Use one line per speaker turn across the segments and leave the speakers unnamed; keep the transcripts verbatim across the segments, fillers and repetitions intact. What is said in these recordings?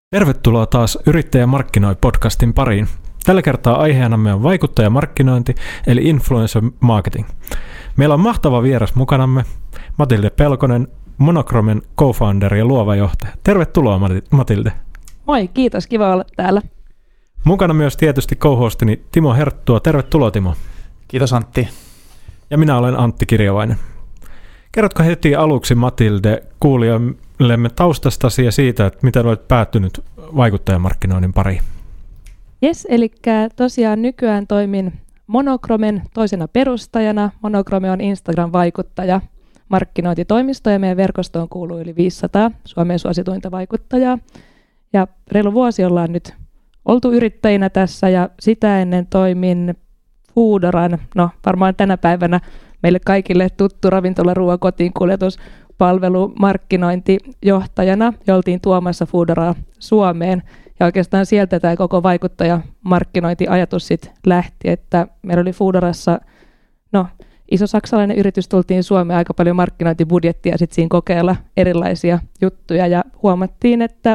Tervetuloa taas Yrittäjä markkinoi podcastin pariin. Tällä kertaa aiheenamme on vaikuttajamarkkinointi eli influencer marketing. Meillä on mahtava vieras mukanamme, Matilde Pelkonen, Monokromen co-founder ja luova johtaja. Tervetuloa Matilde.
Moi, kiitos, kiva olla täällä.
Mukana myös tietysti co-hostini Timo Herttua. Tervetuloa Timo.
Kiitos Antti.
Ja minä olen Antti Kirjavainen. Kerrotko heti aluksi Matilde kuulijoillemme taustastasi ja siitä, että miten olet päättynyt vaikuttajamarkkinoinnin pariin?
Jes, eli tosiaan nykyään toimin Monokromen toisena perustajana. Monokrome on Instagram-vaikuttaja, markkinointitoimisto ja meidän verkostoon kuuluu yli viisisataa Suomen suosituinta vaikuttajaa. Ja reilu vuosi ollaan nyt oltu yrittäjinä tässä ja sitä ennen toimin Foodoran, no varmaan tänä päivänä meille kaikille tuttu ravintola, ruoa, kotiin kuljetuspalvelu, markkinointijohtajana ja oltiin tuomassa Foodoraa Suomeen. Ja oikeastaan sieltä tämä koko vaikuttajamarkkinointiajatus sitten lähti, että meillä oli Foodorassa, no iso saksalainen yritys, tultiin Suomeen aika paljon markkinointibudjettia sitten siinä kokeilla erilaisia juttuja ja huomattiin, että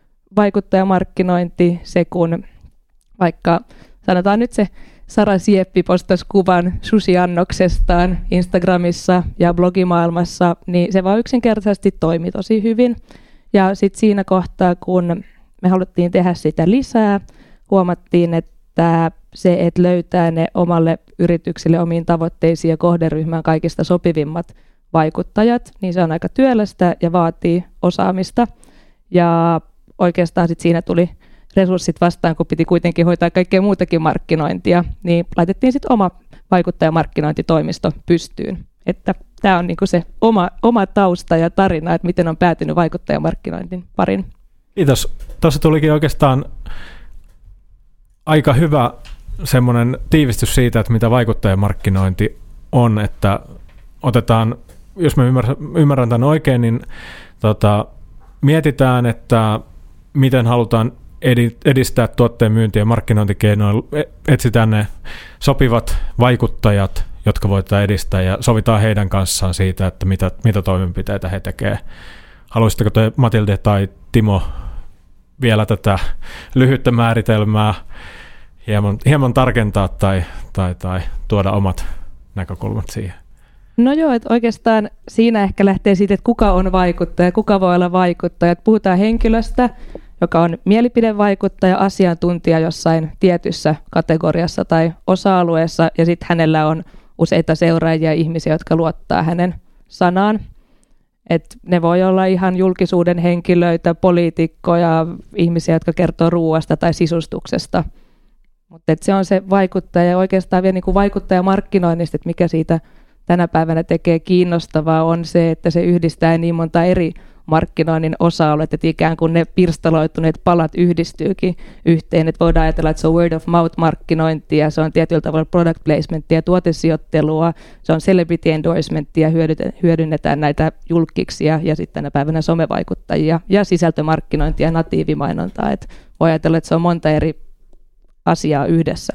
vaikuttajamarkkinointi, se kun vaikka sanotaan nyt se Sara Sieppi postasi kuvan sushi-annoksestaan Instagramissa ja blogimaailmassa, niin se vaan yksinkertaisesti toimi tosi hyvin. Ja sitten siinä kohtaa, kun me haluttiin tehdä sitä lisää, huomattiin, että se, että löytää ne omalle yritykselle omiin tavoitteisiin ja kohderyhmään kaikista sopivimmat vaikuttajat, niin se on aika työlästä ja vaatii osaamista. Ja oikeastaan sitten siinä tuli resurssit vastaan, kun piti kuitenkin hoitaa kaikkea muutakin markkinointia, niin laitettiin sitten oma vaikuttajamarkkinointitoimisto pystyyn. Että tämä on niinku se oma, oma tausta ja tarina, että miten on päätynyt vaikuttajamarkkinointin parin.
Kiitos. Tuossa tulikin oikeastaan aika hyvä semmoinen tiivistys siitä, että mitä vaikuttajamarkkinointi on, että otetaan, jos mä ymmärrän, ymmärrän tämän oikein, niin tota, mietitään, että miten halutaan edistää tuotteen myyntiä ja markkinointikeinoilla, etsitään ne sopivat vaikuttajat, jotka voidaan edistää ja sovitaan heidän kanssaan siitä, että mitä, mitä toimenpiteitä he tekevät. Haluaisitteko te Matilde tai Timo vielä tätä lyhyttä määritelmää hieman, hieman tarkentaa tai, tai, tai tuoda omat näkökulmat siihen?
No joo, että oikeastaan siinä ehkä lähtee siitä, että kuka on vaikuttaja, kuka voi olla vaikuttaja. Että puhutaan henkilöstä, joka on mielipidevaikuttaja, asiantuntija jossain tietyssä kategoriassa tai osa-alueessa, ja sitten hänellä on useita seuraajia ihmisiä, jotka luottaa hänen sanaan. Et ne voi olla ihan julkisuuden henkilöitä, poliitikkoja, ihmisiä, jotka kertoo ruuasta tai sisustuksesta. Mutta se on se vaikuttaja, ja oikeastaan vielä niinku vaikuttajamarkkinoinnista, että mikä siitä tänä päivänä tekee kiinnostavaa, on se, että se yhdistää niin monta eri markkinoinnin osa-alueet, että ikään kuin ne pirstaloituneet palat yhdistyykin yhteen, että voidaan ajatella, että se on word of mouth markkinointia, se on tietyllä tavalla product placementia, tuotesijoittelua, se on celebrity endorsementia, hyödynnetään näitä julkkiksia ja sitten tänä päivänä somevaikuttajia ja sisältömarkkinointia ja natiivimainontaa, että voi ajatella, että se on monta eri asiaa yhdessä.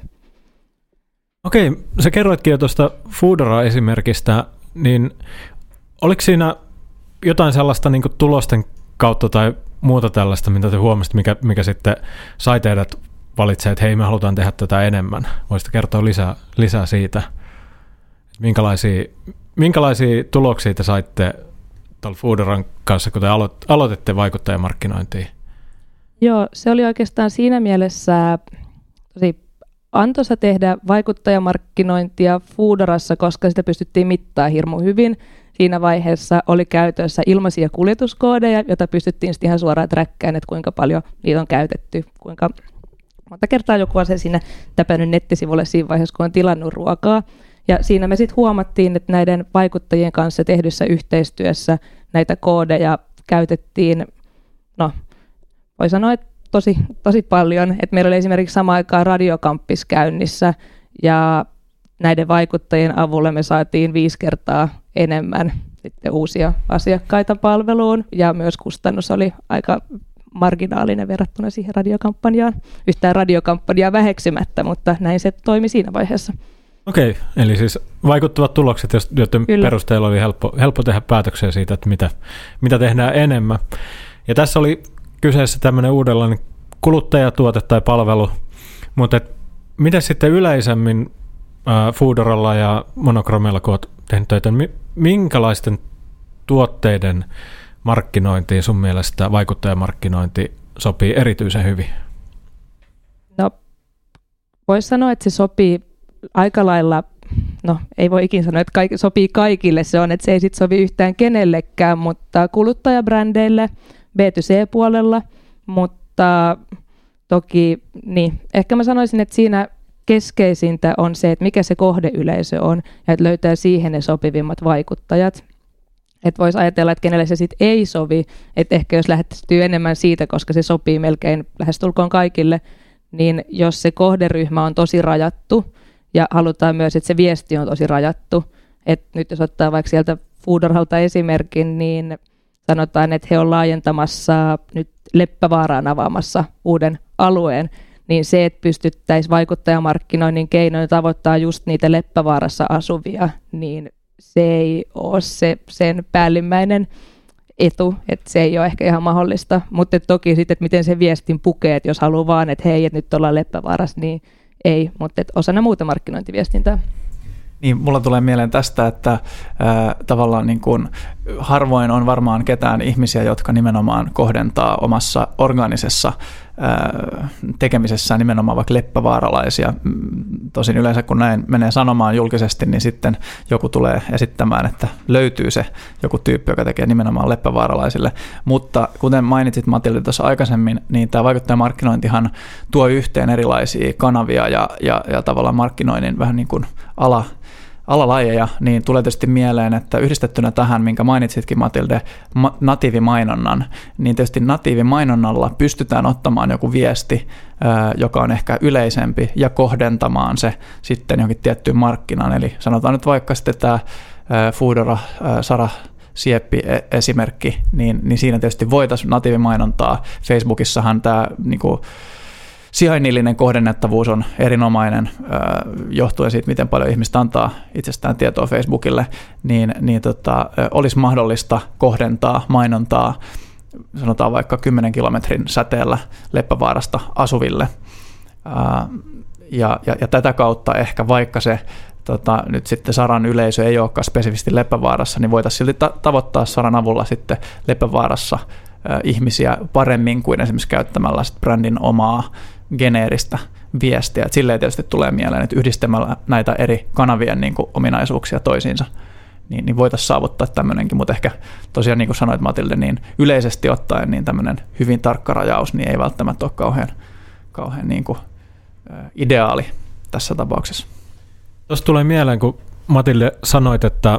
Okei, sä kerroitkin jo tuosta Foodora-esimerkistä, niin oliko siinä jotain sellaista niin kuin tulosten kautta tai muuta tällaista, mitä te huomasitte, mikä, mikä sitten sai teidät valitsemaan, että hei, me halutaan tehdä tätä enemmän. Voisitte kertoa lisää, lisää siitä, minkälaisia, minkälaisia tuloksia te saitte tuolla Foodoran kanssa, kun te alo- aloititte vaikuttajamarkkinointiin?
Joo, se oli oikeastaan siinä mielessä tosi antoisa tehdä vaikuttajamarkkinointia Foodorassa, koska sitä pystyttiin mittaa hirmu hyvin. Siinä vaiheessa oli käytössä ilmaisia kuljetuskoodeja, joita pystyttiin sitten ihan suoraan träkkään, että kuinka paljon niitä on käytetty, kuinka monta kertaa joku on se siinä täpännyt nettisivulle siinä vaiheessa, kun on tilannut ruokaa. Ja siinä me sitten huomattiin, että näiden vaikuttajien kanssa tehdyssä yhteistyössä näitä koodeja käytettiin, no voi sanoa, että tosi, tosi paljon. Että meillä oli esimerkiksi samaan aikaan radiokamppis käynnissä ja näiden vaikuttajien avulla me saatiin viisi kertaa enemmän sitten uusia asiakkaita palveluun ja myös kustannus oli aika marginaalinen verrattuna siihen radiokampanjaan. Yhtään radiokampanjaa väheksymättä, mutta näin se toimi siinä vaiheessa.
Okei, eli siis vaikuttavat tulokset, joiden Kyllä. perusteella oli helppo, helppo tehdä päätöksiä siitä, että mitä, mitä tehdään enemmän. Ja tässä oli kyseessä tämmöinen uudenlainen kuluttajatuote tai palvelu, mutta miten sitten yleisemmin äh, Foodoralla ja Monochromella, kun olet tehnyt töitä, minkälaisten tuotteiden markkinointiin sun mielestä vaikuttajamarkkinointi sopii erityisen hyvin?
No, voisi sanoa, että se sopii aika lailla, no ei voi ikinä sanoa, että kaikki, sopii kaikille se on, että se ei sitten sovi yhtään kenellekään, mutta kuluttajabrändeille B two C-puolella, mutta toki, niin, ehkä mä sanoisin, että siinä keskeisintä on se, että mikä se kohdeyleisö on ja että löytää siihen ne sopivimmat vaikuttajat. Että voisi ajatella, että kenelle se sitten ei sovi, että ehkä jos lähdettäisiin enemmän siitä, koska se sopii melkein lähestulkoon kaikille, niin jos se kohderyhmä on tosi rajattu ja halutaan myös, että se viesti on tosi rajattu, että nyt jos ottaa vaikka sieltä Foodoralta esimerkin, niin sanotaan, että he on laajentamassa nyt Leppävaaraan avaamassa uuden alueen, niin se, että pystyttäisiin vaikuttajamarkkinoinnin keinoin tavoittaa just niitä Leppävaarassa asuvia, niin se ei ole se, sen päällimmäinen etu, että se ei ole ehkä ihan mahdollista, mutta toki sitten, että miten se viestin pukee, että jos haluaa vaan, että hei, että nyt ollaan Leppävaarassa, niin ei, mutta osana muuta markkinointiviestintää.
Niin, mulla tulee mieleen tästä, että ää, tavallaan niin kuin harvoin on varmaan ketään ihmisiä, jotka nimenomaan kohdentaa omassa organisessa ää, tekemisessään nimenomaan vaikka leppävaaralaisia. Tosin yleensä kun näin menee sanomaan julkisesti, niin sitten joku tulee esittämään, että löytyy se joku tyyppi, joka tekee nimenomaan leppävaaralaisille. Mutta kuten mainitsit Matilda tuossa aikaisemmin, niin tämä vaikuttajamarkkinointihan tuo yhteen erilaisia kanavia ja, ja, ja tavallaan markkinoinnin vähän niin kuin ala alalajeja, niin tulee tietysti mieleen, että yhdistettynä tähän, minkä mainitsitkin Matilde, ma- natiivimainonnan, niin tietysti natiivimainonnalla pystytään ottamaan joku viesti, ää, joka on ehkä yleisempi, ja kohdentamaan se sitten johonkin tiettyyn markkinaan. Eli sanotaan nyt vaikka sitten tämä ää, Foodora, ää, Sara Sieppi-esimerkki, niin, niin siinä tietysti voitaisiin natiivimainontaa. Facebookissahan tämä niinku sijainnillinen kohdennettavuus on erinomainen johtuen siitä, miten paljon ihmistä antaa itsestään tietoa Facebookille, niin, niin tota, olisi mahdollista kohdentaa mainontaa, sanotaan vaikka kymmenen kilometrin säteellä Leppävaarasta asuville. Ja, ja, ja tätä kautta ehkä vaikka se tota, nyt sitten Saran yleisö ei olekaan spesifisti Leppävaarassa, niin voitaisiin silti ta- tavoittaa Saran avulla sitten Leppävaarassa ihmisiä paremmin kuin esimerkiksi käyttämällä sit brändin omaa geneeristä viestiä. Et silleen tietysti tulee mieleen, että yhdistämällä näitä eri kanavien niin kuin ominaisuuksia toisiinsa, niin, niin voitaisiin saavuttaa tämmöinenkin, mutta ehkä tosiaan niin kuin sanoit Matilde, niin yleisesti ottaen niin tämmöinen hyvin tarkka rajaus niin ei välttämättä ole kauhean, kauhean niin kuin, ideaali tässä tapauksessa.
Tuossa tulee mieleen, kun Matilde sanoit, että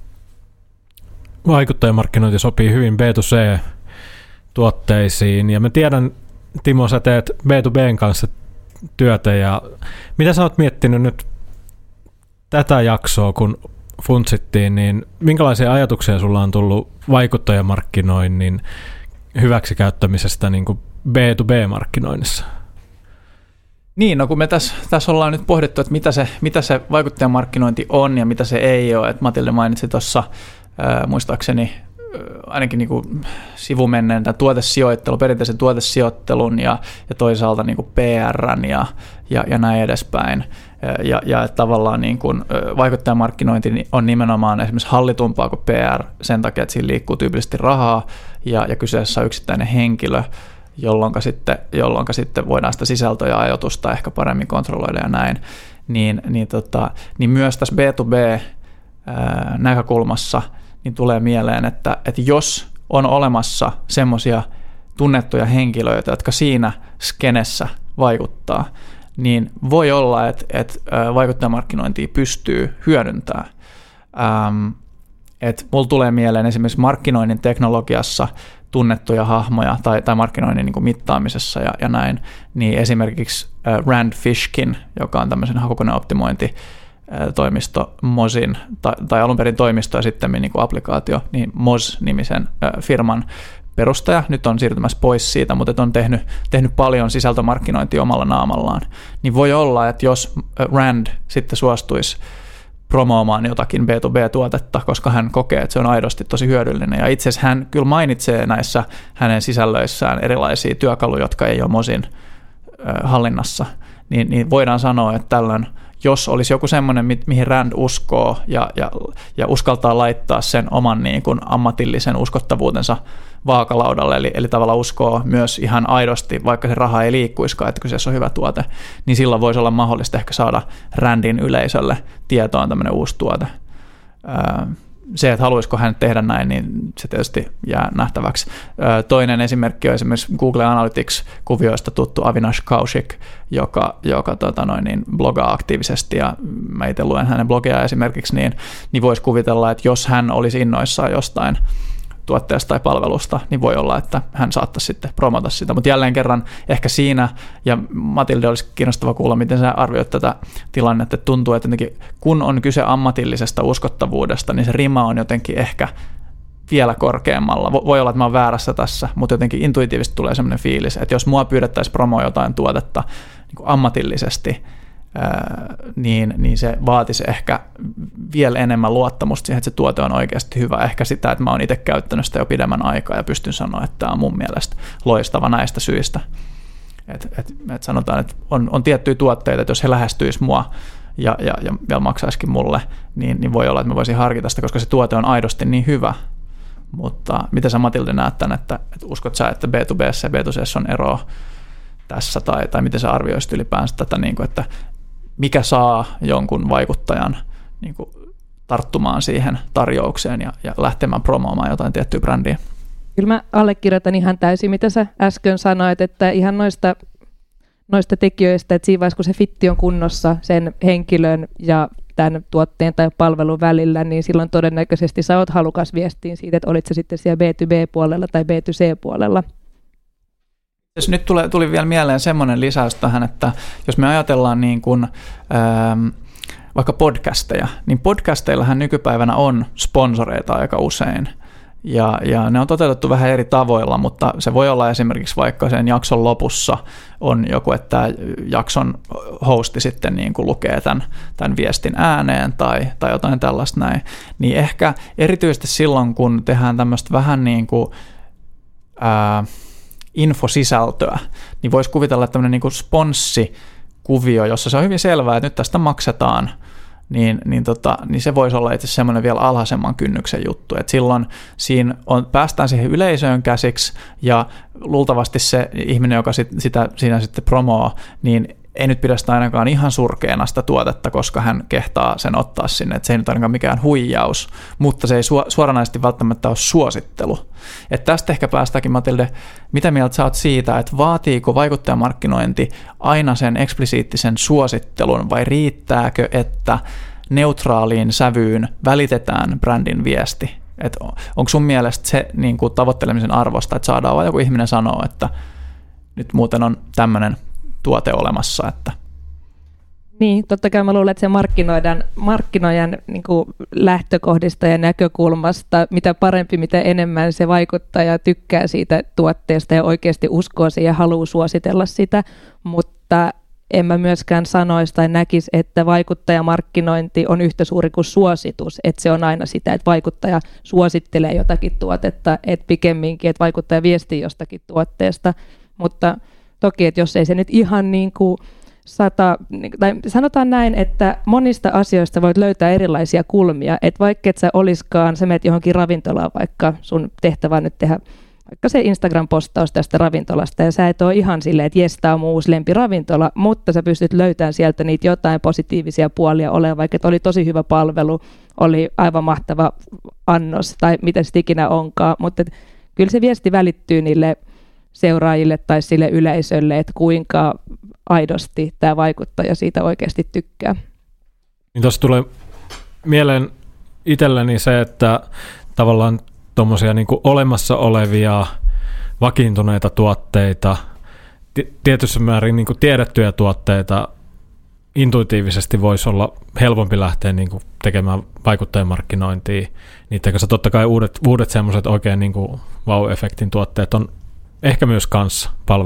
vaikuttajamarkkinointi sopii hyvin B two C tuotteisiin, ja mä tiedän, Timo, sä teet B two B:n kanssa työtä, ja mitä sä oot miettinyt nyt tätä jaksoa, kun funtsittiin, niin minkälaisia ajatuksia sulla on tullut vaikuttajamarkkinoinnin hyväksikäyttämisestä niin kuin B two B-markkinoinnissa?
Niin, no kun me tässä, tässä ollaan nyt pohdittu, että mitä se, mitä se vaikuttajamarkkinointi on ja mitä se ei ole, että Matilde mainitsi tuossa äh, muistaakseni ainakin niin kuin sivumenneen tämän tuotesijoittelun, perinteisen tuotesijoittelun ja, ja toisaalta niin kuin P R:n ja, ja, ja näin edespäin. Ja, ja että tavallaan niin kuin vaikuttajamarkkinointi on nimenomaan esimerkiksi hallitumpaa kuin P R sen takia, että siinä liikkuu tyypillisesti rahaa ja, ja kyseessä on yksittäinen henkilö, jolloin sitten, jolloin sitten voidaan sitä sisältöä ja ajoitusta ehkä paremmin kontrolloida ja näin. Niin, niin, tota, niin myös tässä B two B-näkökulmassa niin tulee mieleen, että, että jos on olemassa semmoisia tunnettuja henkilöitä, jotka siinä skenessä vaikuttaa, niin voi olla, että, että vaikuttajamarkkinointia pystyy hyödyntämään. Ähm, että mulla tulee mieleen esimerkiksi markkinoinnin teknologiassa tunnettuja hahmoja tai, tai markkinoinnin niin kuin mittaamisessa ja, ja näin, niin esimerkiksi äh, Rand Fishkin, joka on tämmöisen hakukoneoptimointi toimisto Mozin, tai, tai alun perin toimisto ja sitten niin kuin applikaatio, niin Moz-nimisen firman perustaja, nyt on siirtymässä pois siitä, mutta on tehnyt, tehnyt paljon sisältömarkkinointia omalla naamallaan, niin voi olla, että jos Rand sitten suostuisi promoomaan jotakin B to B-tuotetta, koska hän kokee, että se on aidosti tosi hyödyllinen. Ja itse asiassa hän kyllä mainitsee näissä hänen sisällöissään erilaisia työkaluja, jotka ei ole Mozin hallinnassa. Niin, niin voidaan sanoa, että tällöin, jos olisi joku semmoinen, mihin Rand uskoo ja, ja, ja uskaltaa laittaa sen oman niin kuin ammatillisen uskottavuutensa vaakalaudalle, eli, eli tavallaan uskoo myös ihan aidosti, vaikka se raha ei liikkuisikaan, että kyseessä on hyvä tuote, niin silloin voisi olla mahdollista ehkä saada Randin yleisölle tietoon tämmöinen uusi tuote. Se, että haluaisiko hän tehdä näin, niin se tietysti jää nähtäväksi. Toinen esimerkki on esimerkiksi Google Analytics-kuvioista tuttu Avinash Kaushik, joka, joka tota noin, niin blogaa aktiivisesti, ja mä itse luen hänen blogia esimerkiksi, niin, niin voisi kuvitella, että jos hän olisi innoissaan jostain tuotteesta tai palvelusta, niin voi olla, että hän saattaisi sitten promota sitä. Mutta jälleen kerran ehkä siinä, ja Matilde olisi kiinnostava kuulla, miten sä arvioit tätä tilannetta, että tuntuu, että jotenkin, kun on kyse ammatillisesta uskottavuudesta, niin se rima on jotenkin ehkä vielä korkeammalla. Voi olla, että mä oon väärässä tässä, mutta jotenkin intuitiivisesti tulee sellainen fiilis, että jos mua pyydettäisiin promoa jotain tuotetta niin kuin ammatillisesti, Niin, niin se vaatisi ehkä vielä enemmän luottamusta siihen, että se tuote on oikeasti hyvä. Ehkä sitä, että mä oon itse käyttänyt sitä jo pidemmän aikaa ja pystyn sanoa, että tämä on mun mielestä loistava näistä syistä. Et, et, et sanotaan, että on, on tiettyjä tuotteita, että jos he lähestyisivät mua ja, ja, ja vielä maksaisikin mulle, niin, niin voi olla, että mä voisin harkita sitä, koska se tuote on aidosti niin hyvä. Mutta miten sä Matilde näet tämän, että, että uskot sä, että B to B ja B to C on eroa tässä, tai, tai miten sä arvioisit ylipäänsä tätä, niin kuin, että mikä saa jonkun vaikuttajan niin kuin tarttumaan siihen tarjoukseen ja, ja lähtemään promoomaan jotain tiettyä brändiä?
Kyllä mä allekirjoitan ihan täysin, mitä sä äsken sanoit, että ihan noista, noista tekijöistä, että siinä vaiheessa, kun se fitti on kunnossa sen henkilön ja tämän tuotteen tai palvelun välillä, niin silloin todennäköisesti sä oot halukas viestiin siitä, että olit se sitten siellä B to B-puolella tai B to C-puolella.
Nyt tuli, tuli vielä mieleen semmoinen lisäys tähän, että jos me ajatellaan niin kuin, ähm, vaikka podcasteja, niin podcasteillahan nykypäivänä on sponsoreita aika usein. Ja, ja ne on toteutettu vähän eri tavoilla, mutta se voi olla esimerkiksi vaikka sen jakson lopussa on joku, että jakson hosti sitten niin kuin lukee tämän, tämän viestin ääneen tai, tai jotain tällaista näin. Niin ehkä erityisesti silloin, kun tehdään tämmöistä vähän niin kuin ää, infosisältöä, niin voisi kuvitella, että tämmöinen niin kuin sponssikuvio, jossa se on hyvin selvää, että nyt tästä maksetaan, niin, niin, tota, niin se voisi olla itse semmoinen vielä alhaisemman kynnyksen juttu, että silloin siinä on, päästään siihen yleisöön käsiksi, ja luultavasti se ihminen, joka sit, sitä siinä sitten promoo, niin ei nyt pidä sitä ainakaan ihan surkeana sitä tuotetta, koska hän kehtaa sen ottaa sinne, että se ei nyt ainakaan mikään huijaus, mutta se ei suoranaisesti välttämättä ole suosittelu. Että tästä ehkä päästäänkin, Matilde, mitä mieltä sä oot siitä, että vaatiiko vaikuttajamarkkinointi aina sen eksplisiittisen suosittelun, vai riittääkö, että neutraaliin sävyyn välitetään brändin viesti? Et onko sun mielestä se niin kuin tavoittelemisen arvosta, että saadaan vaan joku ihminen sanoa, että nyt muuten on tämmöinen tuote olemassa, että
niin, totta kai mä luulen, että se markkinoidaan, markkinoijan niin kuin lähtökohdista ja näkökulmasta, mitä parempi, mitä enemmän se vaikuttaja tykkää siitä tuotteesta ja oikeasti uskoo siihen ja haluaa suositella sitä, mutta en mä myöskään sanoisi tai näkisi, että vaikuttajamarkkinointi on yhtä suuri kuin suositus, että se on aina sitä, että vaikuttaja suosittelee jotakin tuotetta, että pikemminkin, että vaikuttaja viestii jostakin tuotteesta, mutta toki, että jos ei se nyt ihan niin kuin sata, tai sanotaan näin, että monista asioista voit löytää erilaisia kulmia, että vaikka et sä oliskaan, sä menet johonkin ravintolaan, vaikka sun tehtävä on nyt tehdä vaikka se Instagram-postaus tästä ravintolasta, ja sä et ole ihan silleen, että jes, tää on mun uusi lempiravintola, mutta sä pystyt löytämään sieltä niitä jotain positiivisia puolia olemaan, vaikka oli tosi hyvä palvelu, oli aivan mahtava annos, tai mitä se ikinä onkaan, mutta kyllä se viesti välittyy niille seuraajille tai sille yleisölle, että kuinka aidosti tämä vaikuttaja siitä oikeasti tykkää.
Niin tuossa tulee mieleen itselleni se, että tavallaan tuommoisia niin kuin olemassa olevia vakiintuneita tuotteita, tietyssä määrin niin kuin tiedettyjä tuotteita, intuitiivisesti voisi olla helpompi lähteä niin kuin tekemään vaikuttajamarkkinointia. Niiden kanssa totta kai uudet, uudet semmoiset oikein niin kuin wow-efektin tuotteet on ehkä myös kanssa palvelut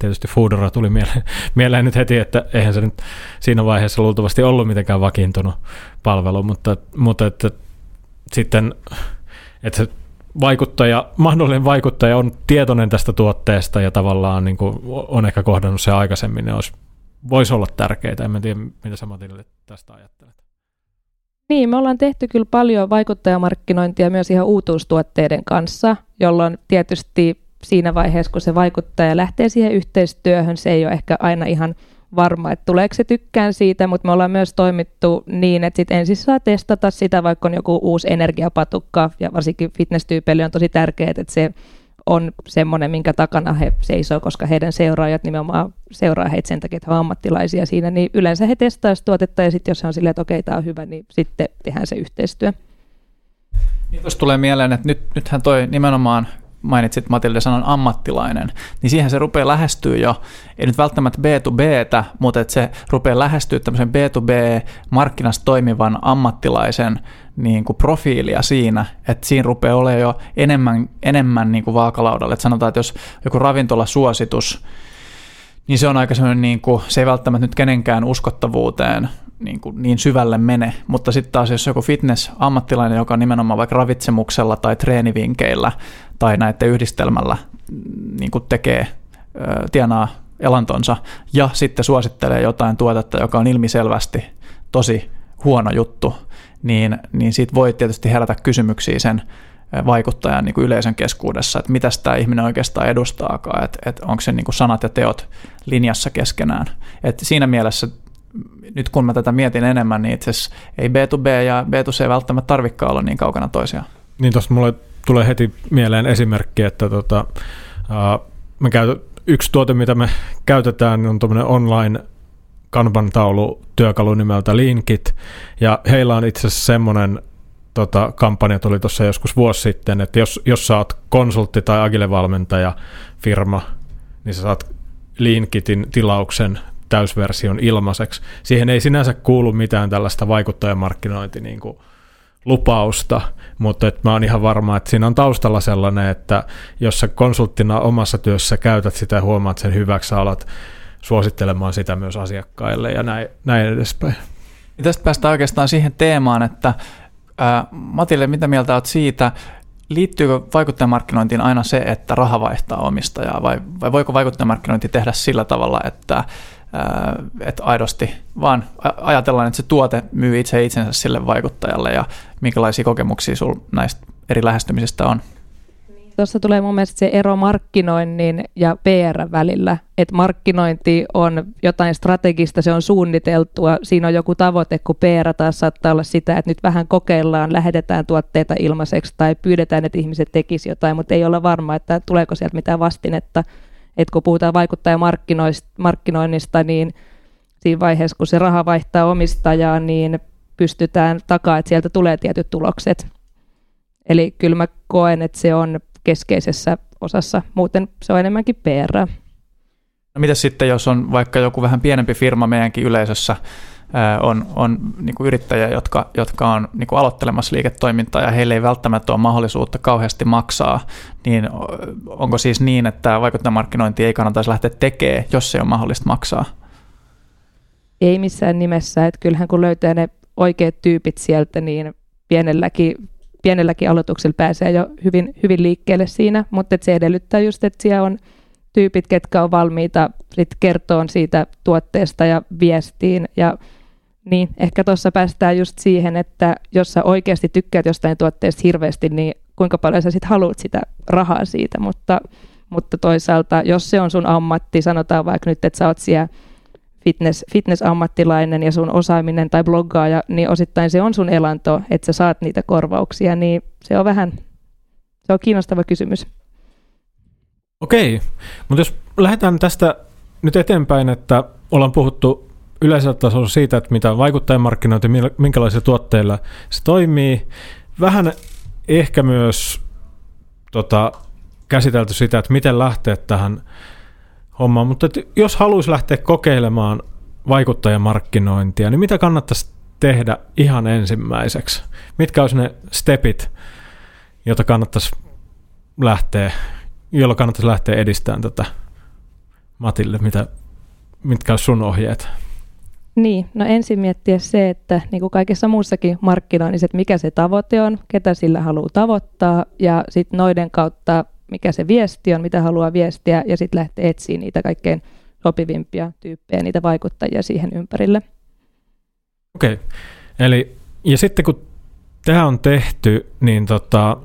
tietysti Foodora tuli mieleen, mieleen nyt heti, että eihän se nyt siinä vaiheessa luultavasti ollut mitenkään vakiintunut palvelu, mutta, mutta että sitten että se vaikuttaja, mahdollinen vaikuttaja on tietoinen tästä tuotteesta ja tavallaan niin kuin on ehkä kohdannut se aikaisemmin, ne olisi, voisi olla tärkeitä. En tiedä, mitä sä Matilde tästä ajattelet.
Niin, me ollaan tehty kyllä paljon vaikuttajamarkkinointia myös ihan uutuustuotteiden kanssa, jolloin tietysti siinä vaiheessa, kun se vaikuttaja lähtee siihen yhteistyöhön, se ei ole ehkä aina ihan varma, että tuleeko se tykkään siitä, mutta me ollaan myös toimittu niin, että sitten ensin saa testata sitä, vaikka on joku uusi energiapatukka, ja varsinkin fitness-tyypeille on tosi tärkeää, että se on semmoinen, minkä takana he seisoo, koska heidän seuraajat nimenomaan seuraa heitä sen takia, että he ovat ammattilaisia siinä, niin yleensä he testaisivat tuotetta, ja sitten jos se on silleen, että okei, tämä on hyvä, niin sitten tehdään se yhteistyö.
Niin tuossa tulee mieleen, että nyt, nythän toi nimenomaan mainitsit Matilde sanon ammattilainen, niin siihen se rupeaa lähestyä jo, ei nyt välttämättä B to B:tä, mutta että se rupeaa lähestyä tämmöisen B to B-markkinassa toimivan ammattilaisen niin kuin profiilia siinä, että siinä rupeaa olemaan jo enemmän, enemmän niin kuin vaakalaudalla. Että sanotaan, että jos joku ravintolasuositus, niin se on aika semmoinen, niin kuin, se ei välttämättä nyt kenenkään uskottavuuteen niin, kuin niin syvälle mene, mutta sitten taas jos joku fitness-ammattilainen, joka on nimenomaan vaikka ravitsemuksella tai treenivinkeillä tai näiden yhdistelmällä niin kuin tekee, tienaa elantonsa ja sitten suosittelee jotain tuotetta, joka on ilmiselvästi tosi huono juttu, niin, niin siitä voi tietysti herätä kysymyksiä sen vaikuttajan niin kuin yleisön keskuudessa, että mitä tämä ihminen oikeastaan edustaakaan, että, että onko se niin kuin sanat ja teot linjassa keskenään. Että siinä mielessä nyt kun mä tätä mietin enemmän, niin itse asiassa ei B to B ja B to C välttämättä tarvikaan olla niin kaukana toisiaan. Niin
tuosta mulle tulee heti mieleen esimerkki, että tota, uh, me käytä, yksi tuote, mitä me käytetään, on tuommoinen online Kanban-taulu työkalu nimeltä Leankit, ja heillä on itse asiassa semmoinen tota, kampanja, tuli tuossa joskus vuosi sitten, että jos, jos sä oot konsultti tai agile-valmentaja firma, niin sä saat Leankitin tilauksen täysversion ilmaiseksi. Siihen ei sinänsä kuulu mitään tällaista vaikuttajamarkkinointi niin kuin lupausta, mutta et mä oon ihan varma, että siinä on taustalla sellainen, että jos sä konsulttina omassa työssä käytät sitä ja huomaat sen hyväksi, sä alat suosittelemaan sitä myös asiakkaille ja näin, näin edespäin.
Ja tästä päästään oikeastaan siihen teemaan, että ää, Matilde, mitä mieltä olet siitä, liittyykö vaikuttajamarkkinointiin aina se, että raha vaihtaa omistajaa, vai, vai voiko vaikuttajamarkkinointi tehdä sillä tavalla, että, ää, että aidosti vaan ajatellaan, että se tuote myy itse itsensä sille vaikuttajalle, ja minkälaisia kokemuksia sinulla näistä eri lähestymisistä on?
Tuossa tulee mun mielestä se ero markkinoinnin ja P R välillä, että markkinointi on jotain strategista, se on suunniteltua, siinä on joku tavoite, kun P R taas saattaa olla sitä, että nyt vähän kokeillaan, lähetetään tuotteita ilmaiseksi tai pyydetään, että ihmiset tekisivät jotain, mutta ei olla varma, että tuleeko sieltä mitään vastinetta. Että kun puhutaan vaikuttajamarkkinoinnista, niin siinä vaiheessa, kun se raha vaihtaa omistajaa, niin pystytään takaa, että sieltä tulee tietyt tulokset. Eli kyllä mä koen, että se on keskeisessä osassa. Muuten se on enemmänkin P R.
No mitäs sitten, jos on vaikka joku vähän pienempi firma meidänkin yleisössä, on, on niin kuin yrittäjiä, jotka, jotka on niin kuin aloittelemassa liiketoimintaa ja heille ei välttämättä ole mahdollisuutta kauheasti maksaa, niin onko siis niin, että vaikuttajamarkkinointi ei kannattaisi lähteä tekemään, jos ei ole mahdollista maksaa?
Ei missään nimessä. Että kyllähän kun löytää ne oikeat tyypit sieltä, niin pienelläkin pienelläkin aloituksella pääsee jo hyvin, hyvin liikkeelle siinä, mutta se edellyttää just, että siellä on tyypit, ketkä on valmiita sit kertoon siitä tuotteesta ja viestiin. Ja niin, ehkä tuossa päästään just siihen, että jos sä oikeasti tykkäät jostain tuotteesta hirveästi, niin kuinka paljon sä sit haluat sitä rahaa siitä. Mutta, mutta toisaalta, jos se on sun ammatti, sanotaan vaikka nyt, että sä oot siellä Fitness, fitness-ammattilainen ja sun osaaminen tai bloggaaja, niin osittain se on sun elanto, että sä saat niitä korvauksia, niin se on vähän, se on kiinnostava kysymys.
Okei, mutta jos lähdetään tästä nyt eteenpäin, että ollaan puhuttu yleisellä tasolla siitä, että mitä vaikuttajamarkkinointi, minkälaisilla tuotteilla se toimii, vähän ehkä myös tota, käsitelty sitä, että miten lähteä tähän homma, mutta jos haluaisi lähteä kokeilemaan vaikuttajamarkkinointia, niin mitä kannattaisi tehdä ihan ensimmäiseksi? Mitkä olisi ne stepit, joita kannattaisi lähteä, joilla kannattaisi lähteä edistämään tätä Matille, mitä, mitkä on sun ohjeet?
Niin, no ensin miettiä se, että niin kuin kaikessa muussakin markkinoinnissa, että mikä se tavoite on, ketä sillä haluaa tavoittaa ja sitten noiden kautta mikä se viesti on, mitä haluaa viestiä ja sitten lähteä etsiä niitä kaikkein sopivimpia tyyppejä, niitä vaikuttajia siihen ympärille.
Okei, okay. Eli ja sitten kun tämä on tehty, niin tota,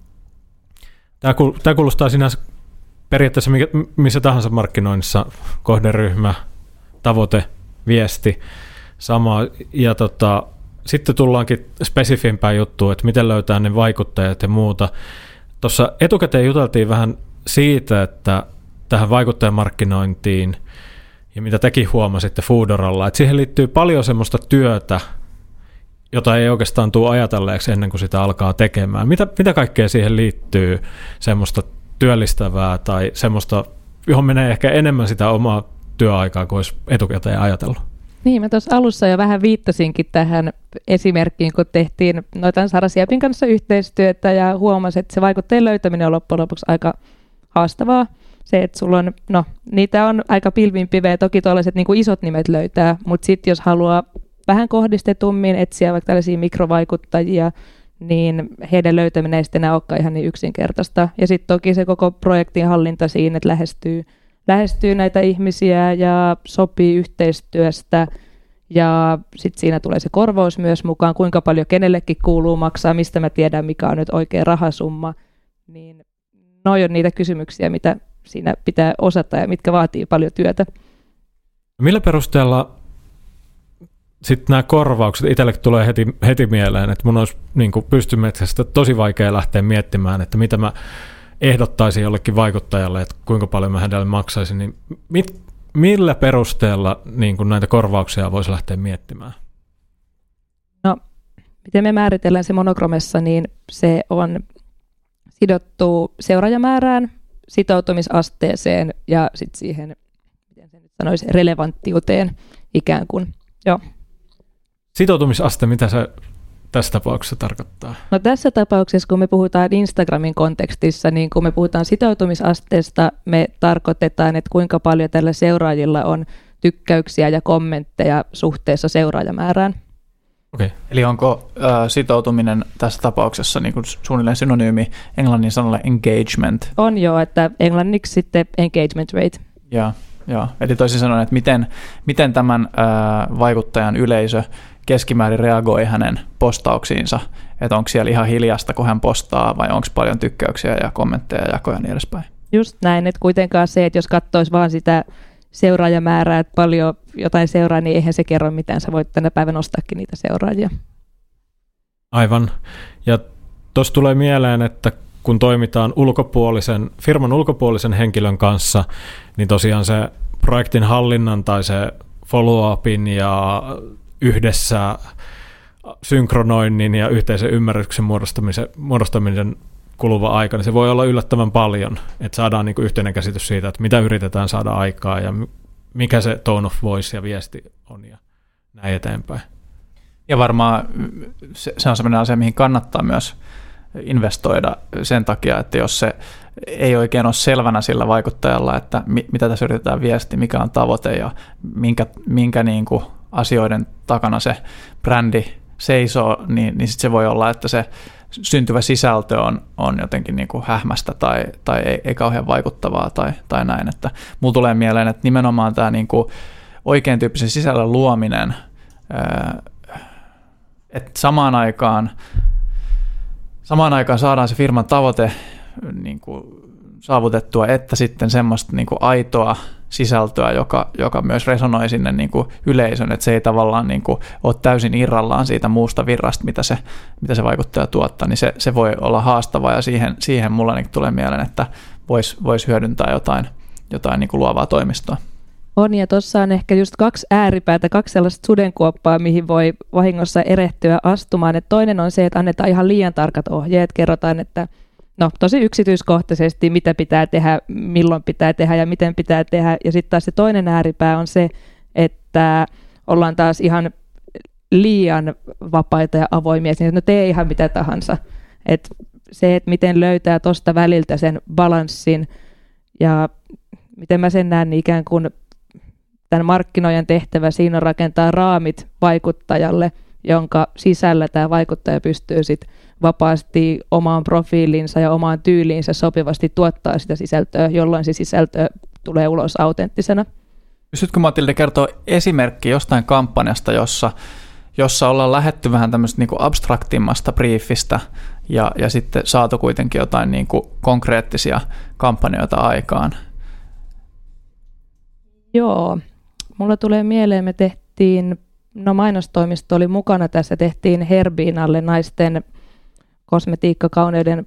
tämä kuulostaa sinänsä periaatteessa mikä, missä tahansa markkinoinnissa, kohderyhmä, tavoite, viesti, sama. Ja tota, sitten tullaankin spesifimpään juttuun, että miten löytää ne vaikuttajat ja muuta. Tuossa etukäteen juteltiin vähän siitä, että tähän vaikuttajamarkkinointiin, ja mitä tekin huomasitte Foodoralla, että siihen liittyy paljon semmoista työtä, jota ei oikeastaan tule ajatelleeksi ennen kuin sitä alkaa tekemään. Mitä, mitä kaikkea siihen liittyy semmoista työllistävää tai semmoista, johon menee ehkä enemmän sitä omaa työaikaa kuin olisi etukäteen ajatellut?
Niin, mä tuossa alussa jo vähän viittasinkin tähän esimerkkiin, kun tehtiin noita Sara Siepin kanssa yhteistyötä ja huomasin, että se vaikutteen löytäminen on loppujen lopuksi aika haastavaa. Se, että sulla on, no niitä on aika pilvinpiveä, toki tuollaiset niin kuin isot nimet löytää, mutta sitten jos haluaa vähän kohdistetummin etsiä vaikka tällaisia mikrovaikuttajia, niin heidän löytäminen ei sitten enää olekaan ihan niin yksinkertaista. Ja sitten toki se koko projektin hallinta siinä, että lähestyy, lähestyy näitä ihmisiä ja sopii yhteistyöstä. Ja sitten siinä tulee se korvaus myös mukaan, kuinka paljon kenellekin kuuluu maksaa, mistä mä tiedän, mikä on nyt oikea rahasumma. Niin noi on niitä kysymyksiä, mitä siinä pitää osata ja mitkä vaatii paljon työtä.
Millä perusteella sitten nämä korvaukset itsellekin tulee heti, heti mieleen, että mun olisi niin kuin pystymetsästä tosi vaikea lähteä miettimään, että mitä mä ehdottaisin jollekin vaikuttajalle, että kuinka paljon mä hänelle maksaisin, niin mit, millä perusteella niin kuin näitä korvauksia voisi lähteä miettimään?
No, miten me määritellään se Monokromessa, niin se on sidottu seuraajamäärään, sitoutumisasteeseen ja sitten siihen, miten se nyt sanoisi, relevanttiuteen ikään kuin. Joo.
Sitoutumisaste, mitä se tässä tapauksessa tarkoittaa?
No tässä tapauksessa, kun me puhutaan Instagramin kontekstissa, niin kun me puhutaan sitoutumisasteesta, me tarkoitetaan, että kuinka paljon tällä seuraajilla on tykkäyksiä ja kommentteja suhteessa seuraajamäärään.
Okay. Eli onko äh, sitoutuminen tässä tapauksessa niin kuin suunnilleen synonyymi englannin sanalle engagement?
On jo, että englanniksi sitten engagement rate.
Joo, joo. Eli toisin sanoen, että miten, miten tämän äh, vaikuttajan yleisö keskimäärin reagoi hänen postauksiinsa, että onko siellä ihan hiljasta, kun hän postaa, vai onko paljon tykkäyksiä ja kommentteja ja jakoja ja niin edespäin.
Just näin, että kuitenkaan se, että jos katsoisi vaan sitä seuraajamäärää, että paljon jotain seuraa, niin eihän se kerro mitään, sä voit tänä päivänä ostaakin niitä seuraajia.
Aivan, ja tuossa tulee mieleen, että kun toimitaan ulkopuolisen, firman ulkopuolisen henkilön kanssa, niin tosiaan se projektin hallinnan tai se follow-upin ja yhdessä synkronoinnin ja yhteisen ymmärryksen muodostamisen, muodostamisen kuluva aika, niin se voi olla yllättävän paljon, että saadaan niin kuin yhteinen käsitys siitä, että mitä yritetään saada aikaa ja mikä se tone of voice ja viesti on ja näin eteenpäin.
Ja varmaan se, se on sellainen asia, mihin kannattaa myös investoida sen takia, että jos se ei oikein ole selvänä sillä vaikuttajalla, että mi, mitä tässä yritetään viestiä, mikä on tavoite ja minkä, minkä niin kuin asioiden takana se brändi seisoo, niin, niin sit se voi olla, että se syntyvä sisältö on, on jotenkin niin kuin hähmästä tai, tai ei, ei kauhean vaikuttavaa tai, tai näin. Että mulla tulee mieleen, että nimenomaan tämä niin kuin oikein tyyppisen sisällön luominen, että samaan aikaan, samaan aikaan saadaan se firman tavoite niin kuin saavutettua, että sitten semmoista niin kuin aitoa sisältöä, joka, joka myös resonoi sinne niin kuin yleisön, että se ei tavallaan niin kuin ole täysin irrallaan siitä muusta virrasta, mitä se, mitä se vaikuttaja tuottaa, niin se, se voi olla haastavaa ja siihen, siihen mulla niin tulee mieleen, että voisi vois hyödyntää jotain, jotain niin kuin luovaa toimistoa.
On, ja tuossa on ehkä just kaksi ääripäätä, kaksi sellaista sudenkuoppaa, mihin voi vahingossa erehtyä astumaan. Et toinen on se, että annetaan ihan liian tarkat ohjeet, kerrotaan, että no tosi yksityiskohtaisesti, mitä pitää tehdä, milloin pitää tehdä ja miten pitää tehdä. Ja sitten taas se toinen ääripää on se, että ollaan taas ihan liian vapaita ja avoimia, että no tee ihan mitä tahansa. Et se, että miten löytää tuosta väliltä sen balanssin ja miten mä sen näen, niin ikään kuin tämän markkinoijan tehtävä siinä on rakentaa raamit vaikuttajalle, jonka sisällä tämä vaikuttaja pystyy sitten vapaasti omaan profiiliinsa ja omaan tyyliinsä sopivasti tuottaa sitä sisältöä, jolloin se sisältö tulee ulos autenttisena.
Pystytkö Matilde kertoa esimerkki jostain kampanjasta, jossa, jossa ollaan lähdetty vähän tämmöistä niin kuin abstraktimmasta briefistä ja, ja sitten saatu kuitenkin jotain niin kuin konkreettisia kampanjoita aikaan?
Joo, mulla tulee mieleen, me tehtiin, no mainostoimisto oli mukana tässä, tehtiin Herbinalle naisten kosmetiikkakauneuden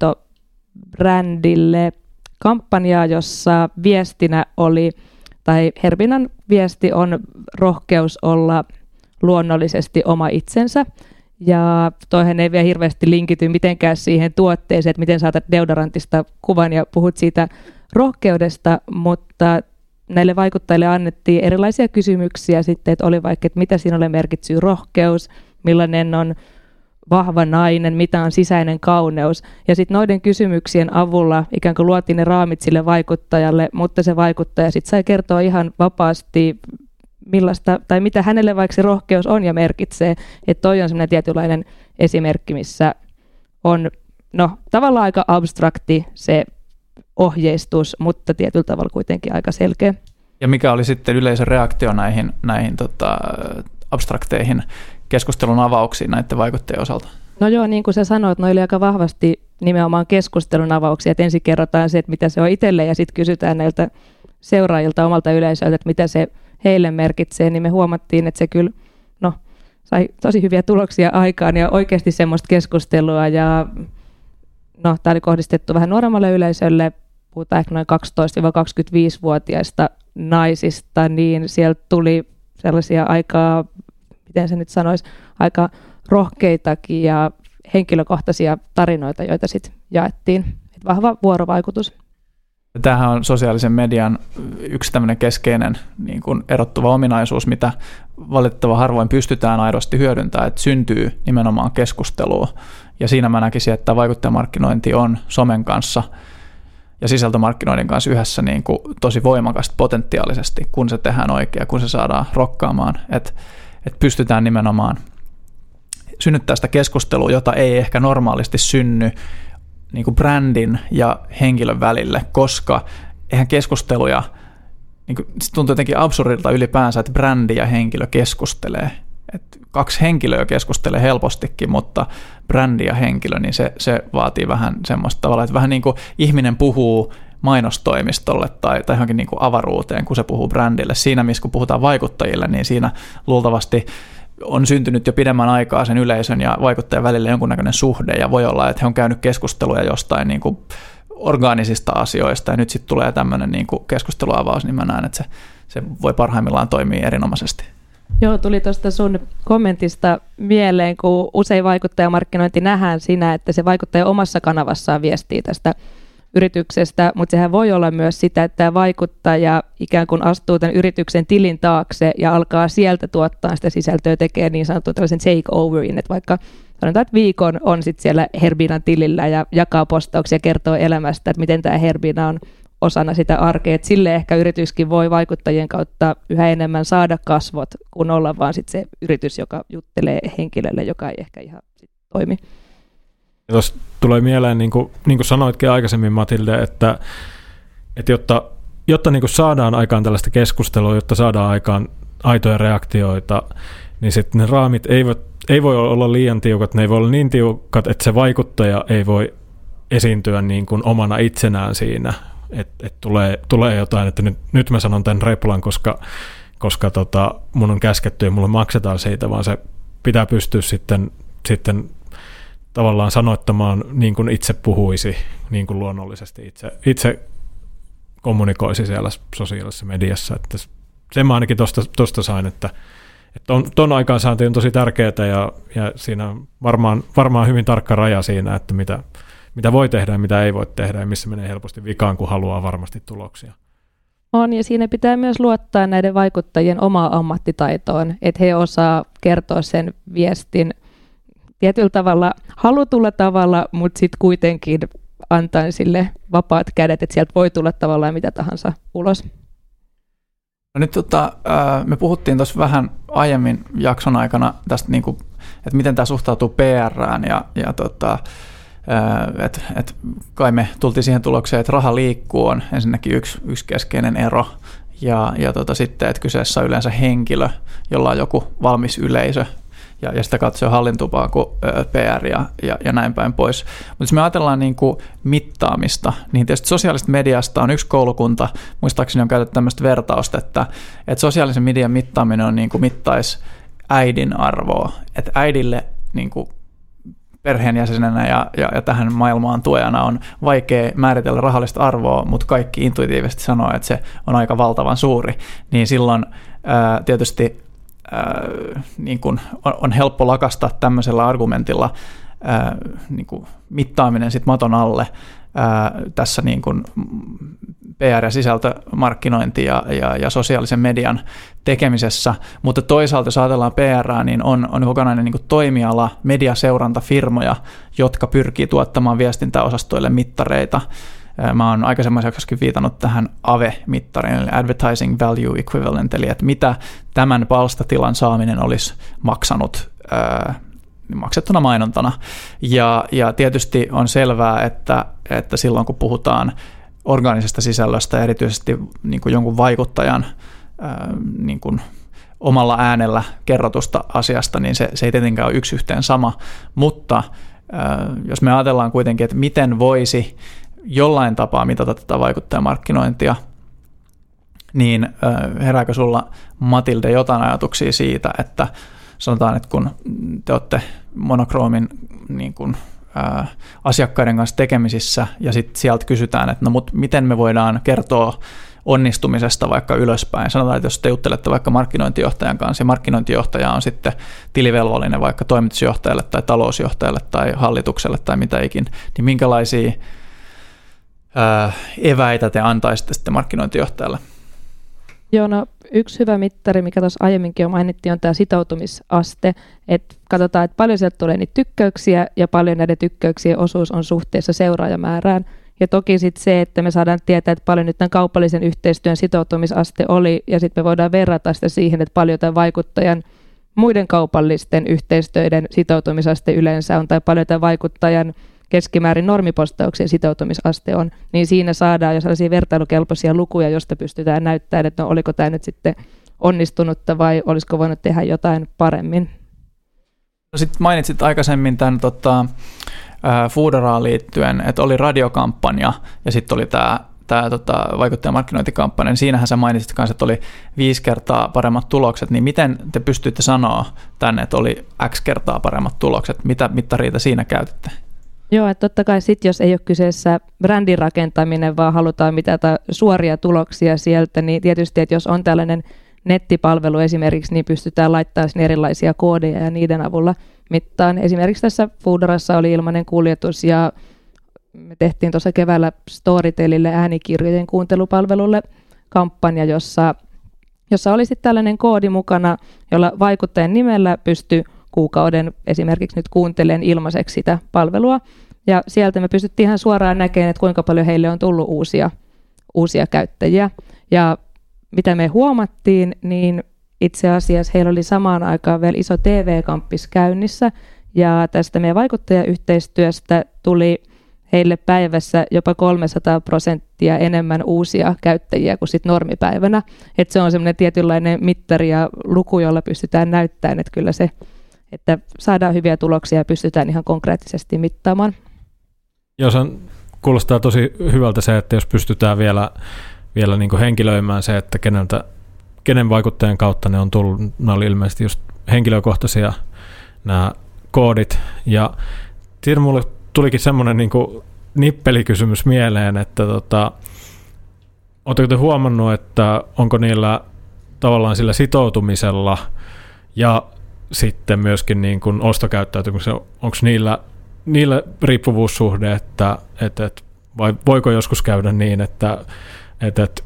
hoitobrändille kampanjaa, jossa viestinä oli, tai Herbinan viesti on rohkeus olla luonnollisesti oma itsensä. Ja toihan ei vielä hirveästi linkity mitenkään siihen tuotteeseen, että miten saatat deodorantista kuvan ja puhut siitä rohkeudesta, mutta näille vaikuttajille annettiin erilaisia kysymyksiä sitten, että oli vaikka, että mitä sinulle merkitsee rohkeus, millainen on vahva nainen, mitä on sisäinen kauneus. Ja sitten noiden kysymyksien avulla ikään kuin luotiin ne raamit sille vaikuttajalle, mutta se vaikuttaja sitten sai kertoa ihan vapaasti, millaista, tai mitä hänelle vaikka se rohkeus on ja merkitsee. Että toi on semmoinen tietynlainen esimerkki, missä on no, tavallaan aika abstrakti se ohjeistus, mutta tietyllä tavalla kuitenkin aika selkeä.
Ja mikä oli sitten yleisön reaktio näihin, näihin tota, abstrakteihin keskustelun avauksiin näiden vaikuttajien osalta?
No joo, niin kuin sä sanoit, ne oli aika vahvasti nimenomaan keskustelun avauksia, että ensin kerrotaan se, että mitä se on itselle ja sitten kysytään näiltä seuraajilta omalta yleisöltä, että mitä se heille merkitsee, niin me huomattiin, että se kyllä no, sai tosi hyviä tuloksia aikaan ja oikeasti semmoista keskustelua ja no, tämä oli kohdistettu vähän nuoremmalle yleisölle, puhutaan ehkä noin kaksitoista–kaksikymmentäviisivuotiaista naisista, niin sieltä tuli sellaisia aika, miten se nyt sanoisi, aika rohkeitakin ja henkilökohtaisia tarinoita, joita sitten jaettiin. Et vahva vuorovaikutus.
Tämähän on sosiaalisen median yksi tämmöinen keskeinen niin kuin erottuva ominaisuus, mitä valitettavan harvoin pystytään aidosti hyödyntämään, että syntyy nimenomaan keskustelua. Ja siinä mä näkisin, että vaikuttajamarkkinointi on somen kanssa ja sisältömarkkinoinnin kanssa yhdessä niin kuin tosi voimakasta potentiaalisesti, kun se tehdään oikein, kun se saadaan rokkaamaan. Että et pystytään nimenomaan synnyttämään sitä keskustelua, jota ei ehkä normaalisti synny niin kuin brändin ja henkilön välille, koska eihän keskusteluja, niin kuin, se tuntuu jotenkin absurdilta ylipäänsä, että brändi ja henkilö keskustelee. Et kaksi henkilöä keskustelee helpostikin, mutta brändi ja henkilö, niin se, se vaatii vähän semmoista tavalla, että vähän niin kuin ihminen puhuu mainostoimistolle tai, tai johonkin niin kuin avaruuteen, kun se puhuu brändille. Siinä, missä kun puhutaan vaikuttajille, niin siinä luultavasti on syntynyt jo pidemmän aikaa sen yleisön ja vaikuttajan välillä jonkunnäköinen suhde, ja voi olla, että he on käynyt keskusteluja jostain niin kuin orgaanisista asioista, ja nyt sitten tulee tämmöinen niin kuin keskusteluavaus, niin mä näen, että se, se voi parhaimmillaan toimia erinomaisesti.
Joo, tuli tuosta sun kommentista mieleen, kun usein vaikuttajamarkkinointi nähdään siinä, että se vaikuttaja omassa kanavassaan viestii tästä yrityksestä, mutta sehän voi olla myös sitä, että tämä vaikuttaja ikään kuin astuu tämän yrityksen tilin taakse ja alkaa sieltä tuottaa sitä sisältöä, tekee niin sanotun tällaisen takeoverin, että vaikka sanotaan, että viikon on sitten siellä Herbinan tilillä ja jakaa postauksia, kertoo elämästä, että miten tämä Herbina on osana sitä arkea, että sille ehkä yrityskin voi vaikuttajien kautta yhä enemmän saada kasvot, kun olla vaan sit se yritys, joka juttelee henkilölle, joka ei ehkä ihan sit toimi.
Tuossa tulee mieleen, niin kuin, niin kuin sanoitkin aikaisemmin, Matilde, että, että jotta, jotta niin kuin saadaan aikaan tällaista keskustelua, jotta saadaan aikaan aitoja reaktioita, niin sitten ne raamit eivät, ei voi olla liian tiukat, ne ei voi olla niin tiukat, että se vaikuttaja ei voi esiintyä niin kuin omana itsenään siinä, että et tulee, tulee jotain, että nyt, nyt mä sanon tämän replan, koska, koska tota, mun on käsketty ja mulle maksetaan siitä, vaan se pitää pystyä sitten, sitten tavallaan sanoittamaan niin kuin itse puhuisi, niin kuin luonnollisesti itse, itse kommunikoisi siellä sosiaalisessa mediassa. Että sen mä ainakin tuosta sain, että, että on, ton aikaansaanti on tosi tärkeää ja, ja siinä on varmaan, varmaan hyvin tarkka raja siinä, että mitä, mitä voi tehdä ja mitä ei voi tehdä ja missä menee helposti vikaan, kun haluaa varmasti tuloksia.
On, ja siinä pitää myös luottaa näiden vaikuttajien omaa ammattitaitoon, että he osaa kertoa sen viestin tietyllä tavalla, halutulla tavalla, mutta sitten kuitenkin antaa sille vapaat kädet, että sieltä voi tulla tavallaan mitä tahansa ulos.
No nyt tota, me puhuttiin tuossa vähän aiemmin jakson aikana tästä, niin kuin, että miten tämä suhtautuu P R:ään ja, ja tota, että et kai me tultiin siihen tulokseen, että raha liikkuu on ensinnäkin yksi, yksi keskeinen ero ja, ja tota, sitten, että kyseessä on yleensä henkilö, jolla on joku valmis yleisö ja, ja sitä katsoo hallintupaa kuin P R ja, ja, ja näin päin pois. Mutta jos me ajatellaan niin kuin mittaamista, niin tietysti sosiaalisesta mediasta on yksi koulukunta, muistaakseni on käytetty tämmöistä vertausta, että, että sosiaalisen median mittaaminen on niin kuin mittaisi äidin arvoa, että äidille niin kuin perheenjäsenenä ja, ja, ja tähän maailmaan tuojana on vaikea määritellä rahallista arvoa, mutta kaikki intuitiivisesti sanoo, että se on aika valtavan suuri, niin silloin ää, tietysti ää, niin kun on, on helppo lakastaa tämmöisellä argumentilla ää, niin kun mittaaminen sit maton alle ää, tässä niin kun P R- ja sisältömarkkinointi ja, ja, ja sosiaalisen median tekemisessä, mutta toisaalta jos ajatellaan P R, niin on, on kokonainen niin kuin toimiala, mediaseurantafirmoja, jotka pyrkii tuottamaan viestintäosastoille mittareita. Mä oon aikaisemmassa jaksossakin viitannut tähän A V E-mittariin, eli Advertising Value Equivalent, eli että mitä tämän palstatilan saaminen olisi maksanut ää, maksettuna mainontana. Ja, ja tietysti on selvää, että, että silloin kun puhutaan orgaanisesta sisällöstä, erityisesti niin kuin jonkun vaikuttajan ää, niin kuin omalla äänellä kerrotusta asiasta, niin se, se ei tietenkään ole yksi yhteen sama, mutta ää, jos me ajatellaan kuitenkin, että miten voisi jollain tapaa mitata tätä vaikuttajamarkkinointia, niin ää, herääkö sulla, Matilde, jotain ajatuksia siitä, että sanotaan, että kun te olette Monochromin niin kuin asiakkaiden kanssa tekemisissä ja sitten sieltä kysytään, että no mut miten me voidaan kertoa onnistumisesta vaikka ylöspäin. Sanotaan, että jos te juttelette vaikka markkinointijohtajan kanssa ja markkinointijohtaja on sitten tilivelvollinen vaikka toimitusjohtajalle tai talousjohtajalle tai hallitukselle tai mitä ikin, niin minkälaisia ää, eväitä te antaisitte sitten markkinointijohtajalle?
Joo, no yksi hyvä mittari, mikä tuossa aiemminkin jo mainittiin, on tämä sitoutumisaste. Että katsotaan, että paljon sieltä tulee niitä tykkäyksiä ja paljon näiden tykkäyksien osuus on suhteessa seuraajamäärään. Ja toki sitten se, että me saadaan tietää, että paljon nyt tämän kaupallisen yhteistyön sitoutumisaste oli, ja sitten me voidaan verrata sitä siihen, että paljon tämän vaikuttajan muiden kaupallisten yhteistyöiden sitoutumisaste yleensä on, tai paljon tämän vaikuttajan keskimäärin normipostauksien sitoutumisaste on, niin siinä saadaan jo sellaisia vertailukelpoisia lukuja, joista pystytään näyttämään, että no, oliko tämä nyt sitten onnistunutta vai olisiko voinut tehdä jotain paremmin.
No sitten mainitsit aikaisemmin tämän tota, äh, Foodoraan liittyen, että oli radiokampanja ja sitten oli tämä tämä tota, vaikuttajamarkkinointikampanja, niin siinähän sä mainitsit kanssa, että oli viisi kertaa paremmat tulokset, niin miten te pystyitte sanoa tänne, että oli X kertaa paremmat tulokset? Mitä mittareita siinä käytitte?
Joo, että totta kai sitten, jos ei ole kyseessä brändin rakentaminen, vaan halutaan mitata suoria tuloksia sieltä, niin tietysti, että jos on tällainen nettipalvelu esimerkiksi, niin pystytään laittamaan sinne erilaisia koodeja ja niiden avulla mittaan. Esimerkiksi tässä Foodorassa oli ilmainen kuljetus ja me tehtiin tuossa keväällä Storytelille äänikirjojen kuuntelupalvelulle kampanja, jossa, jossa oli sitten tällainen koodi mukana, jolla vaikuttajan nimellä pystyi kuukauden esimerkiksi nyt kuuntelen ilmaiseksi sitä palvelua. Ja sieltä me pystyttiin ihan suoraan näkemään, että kuinka paljon heille on tullut uusia, uusia käyttäjiä. Ja mitä me huomattiin, niin itse asiassa heillä oli samaan aikaan vielä iso T V-kamppis käynnissä. Ja tästä meidän vaikuttajayhteistyöstä tuli heille päivässä jopa kolmesataa prosenttia enemmän uusia käyttäjiä kuin sit normipäivänä. Et se on semmoinen tietynlainen mittari ja luku, jolla pystytään näyttämään, että kyllä se, että saadaan hyviä tuloksia ja pystytään ihan konkreettisesti mittaamaan. Joo,
se kuulostaa tosi hyvältä se, että jos pystytään vielä, vielä niin kuin henkilöimään se, että keneltä, kenen vaikuttajan kautta ne on tullut, ne oli ilmeisesti just henkilökohtaisia nämä koodit. Ja siinä mulle tulikin semmoinen niin kuin nippelikysymys mieleen, että tota, oletteko te huomannut, että onko niillä tavallaan sillä sitoutumisella ja sitten myöskin niin kuin ostokäyttäytymisellä, onko niillä, niillä riippuvuussuhde, että, että, että vai voiko joskus käydä niin, että, että, että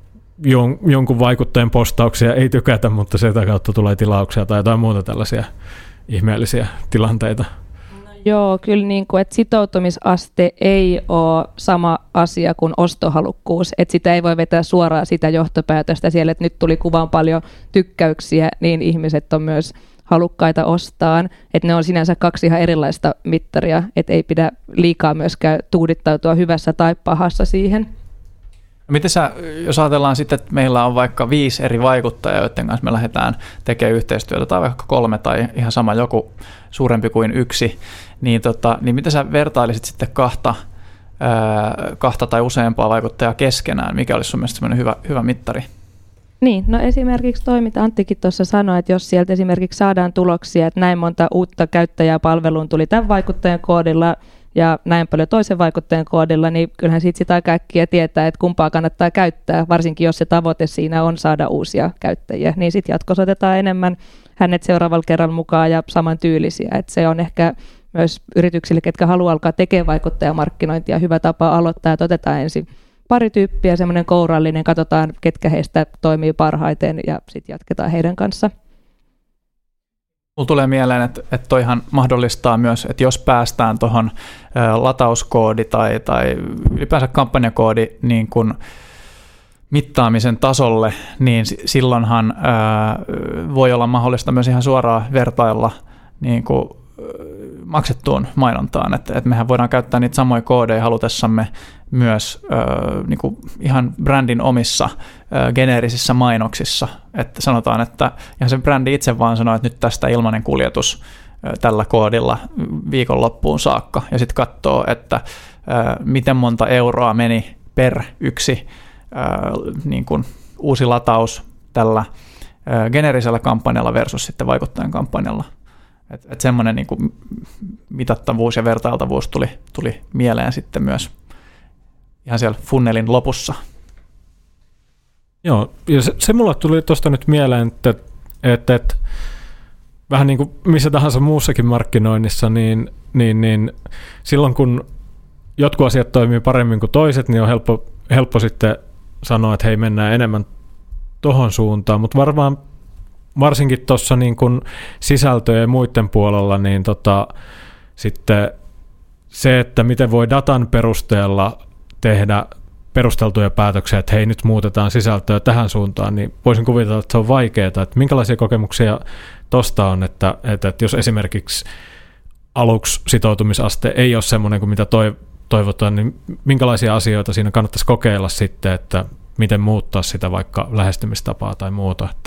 jon, jonkun vaikuttajan postauksia ei tykätä, mutta sitä kautta tulee tilauksia tai jotain muuta tällaisia ihmeellisiä tilanteita?
No
Joo, kyllä niin kuin, että sitoutumisaste ei ole sama asia kuin ostohalukkuus, että sitä ei voi vetää suoraan sitä johtopäätöstä siellä, että nyt tuli kuvaan paljon tykkäyksiä, niin ihmiset on myös halukkaita ostaan, että ne on sinänsä kaksi ihan erilaista mittaria, että ei pidä liikaa myöskään tuudittautua hyvässä tai pahassa siihen.
Miten sä, jos ajatellaan sitten, että meillä on vaikka viisi eri vaikuttajaa, joiden kanssa me lähdetään tekemään yhteistyötä, tai vaikka kolme tai ihan sama joku suurempi kuin yksi, niin, tota, niin miten sä vertailisit sitten kahta, ää, kahta tai useampaa vaikuttajaa keskenään? Mikä olisi sun mielestä semmoinen hyvä, hyvä mittari?
Niin, no esimerkiksi toi, mitä Anttikin tuossa sanoi, että jos sieltä esimerkiksi saadaan tuloksia, että näin monta uutta käyttäjää palveluun tuli tämän vaikuttajan koodilla, ja näin paljon toisen vaikuttajan koodilla, niin kyllähän siitä sitä aika äkkiä tietää, että kumpaa kannattaa käyttää, varsinkin jos se tavoite siinä on saada uusia käyttäjiä, niin sitten jatkossa otetaan enemmän hänet seuraavalla kerralla mukaan ja saman tyylisiä, että se on ehkä myös yrityksille, ketkä haluaa alkaa tekemään vaikuttajamarkkinointia, hyvä tapa aloittaa, että otetaan ensin pari tyyppiä, semmoinen kourallinen, katsotaan, ketkä heistä toimii parhaiten ja sitten jatketaan heidän kanssa.
Mulla tulee mieleen, että, että toihan mahdollistaa myös, että jos päästään tuohon latauskoodi tai, tai ylipäänsä kampanjakoodi niin kun mittaamisen tasolle, niin silloinhan ää, voi olla mahdollista myös ihan suoraan vertailla niin kuin maksettuun mainontaan, että, että mehän voidaan käyttää niitä samoja koodeja halutessamme myös äh, niin kuin ihan brändin omissa äh, geneerisissä mainoksissa, että sanotaan, että ihan se brändi itse vaan sanoo, että nyt tästä ilmainen kuljetus äh, tällä koodilla viikonloppuun saakka, ja sitten katsoo, että äh, miten monta euroa meni per yksi äh, niin kuin uusi lataus tällä äh, geneerisellä kampanjalla versus sitten vaikuttajan kampanjalla. Että et semmoinen niin kuin mitattavuus ja vertailtavuus tuli, tuli mieleen sitten myös ihan siellä funnelin lopussa.
Joo, ja se, se mulle tuli tuosta nyt mieleen, että, että, että vähän niin kuin missä tahansa muussakin markkinoinnissa, niin, niin, niin silloin kun jotkut asiat toimii paremmin kuin toiset, niin on helppo, helppo sitten sanoa, että hei, mennään enemmän tohon suuntaan, mutta varmaan varsinkin tuossa niin kuin sisältöjen ja muiden puolella, niin tota, sitten se, että miten voi datan perusteella tehdä perusteltuja päätöksiä, että hei, nyt muutetaan sisältöä tähän suuntaan, niin voisin kuvitella, että se on vaikeaa. Että minkälaisia kokemuksia tuosta on, että, että, että jos esimerkiksi aluksi sitoutumisaste ei ole semmoinen kuin mitä toivotaan, niin minkälaisia asioita siinä kannattaisi kokeilla sitten, että miten muuttaa sitä vaikka lähestymistapaa tai muuta, että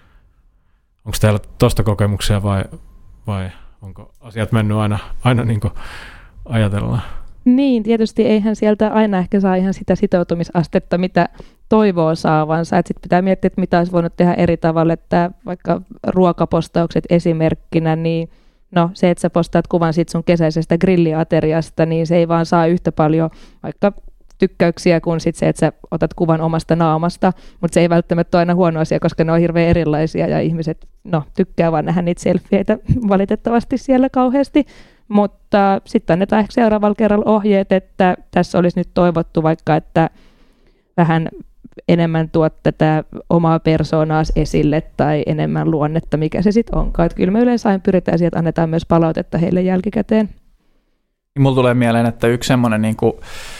onko teillä tuosta kokemuksia vai, vai onko asiat mennyt aina, aina niin kuin ajatellaan?
Niin, tietysti eihän sieltä aina ehkä saa ihan sitä sitoutumisastetta, mitä toivoo saavansa. Sitten pitää miettiä, että mitä olisi voinut tehdä eri tavalla, että vaikka ruokapostaukset esimerkkinä, niin no se, että sä postaat kuvan siitä sun kesäisestä grilliateriasta, niin se ei vaan saa yhtä paljon vaikka tykkäyksiä kuin sit se, että sä otat kuvan omasta naamasta, mutta se ei välttämättä ole aina huono asia, koska ne on hirveän erilaisia ja ihmiset no, tykkää vaan nähdä niitä selfieitä valitettavasti siellä kauheasti, mutta sitten annetaan ehkä seuraavalla kerralla ohjeet, että tässä olisi nyt toivottu vaikka, että vähän enemmän tuot tätä omaa persoonaa esille tai enemmän luonnetta, mikä se sitten onkaan. Että kyllä me yleensä aina pyritään siihen, että annetaan myös palautetta heille jälkikäteen.
Mulla tulee mieleen, että yksi semmoinen niin kuin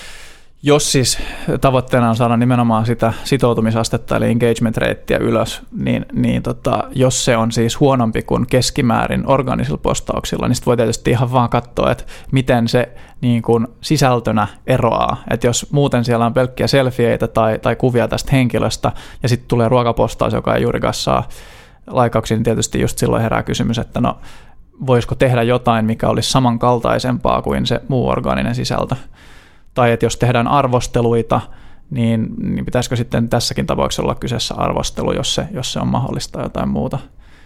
jos siis tavoitteena on saada nimenomaan sitä sitoutumisastetta eli engagement ratea ylös, niin, niin tota, jos se on siis huonompi kuin keskimäärin organisilla postauksilla, niin sitten voi tietysti ihan vaan katsoa, että miten se niin kuin sisältönä eroaa. Että jos muuten siellä on pelkkiä selfieitä tai, tai kuvia tästä henkilöstä ja sitten tulee ruokapostaus, joka ei juurikaan saa laikauksia, niin tietysti just silloin herää kysymys, että no voisiko tehdä jotain, mikä olisi samankaltaisempaa kuin se muu orgaaninen sisältö. Tai että jos tehdään arvosteluita, niin, niin pitäisikö sitten tässäkin tapauksessa olla kyseessä arvostelu, jos se, jos se on mahdollista jotain muuta.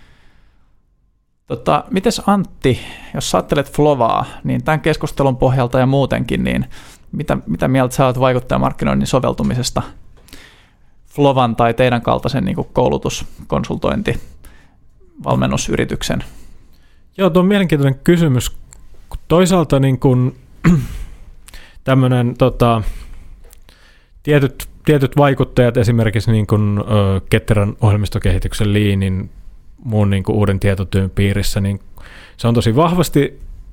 Tota, mites Antti, jos sä ajattelet Flovaa, niin tämän keskustelun pohjalta ja muutenkin, niin mitä, mitä mieltä sä olet vaikuttajamarkkinoinnin soveltumisesta Flovan tai teidän kaltaisen niin kuin koulutus-, konsultointi-, valmennusyrityksen?
Joo, tuo on mielenkiintoinen kysymys. Toisaalta niin kuin tämmöinen tota, tietyt, tietyt vaikuttajat, esimerkiksi niin kuin, ö, ketterän ohjelmistokehityksen Leanin, muun niin kuin uuden tietotyön piirissä, niin se on tosi vahvasti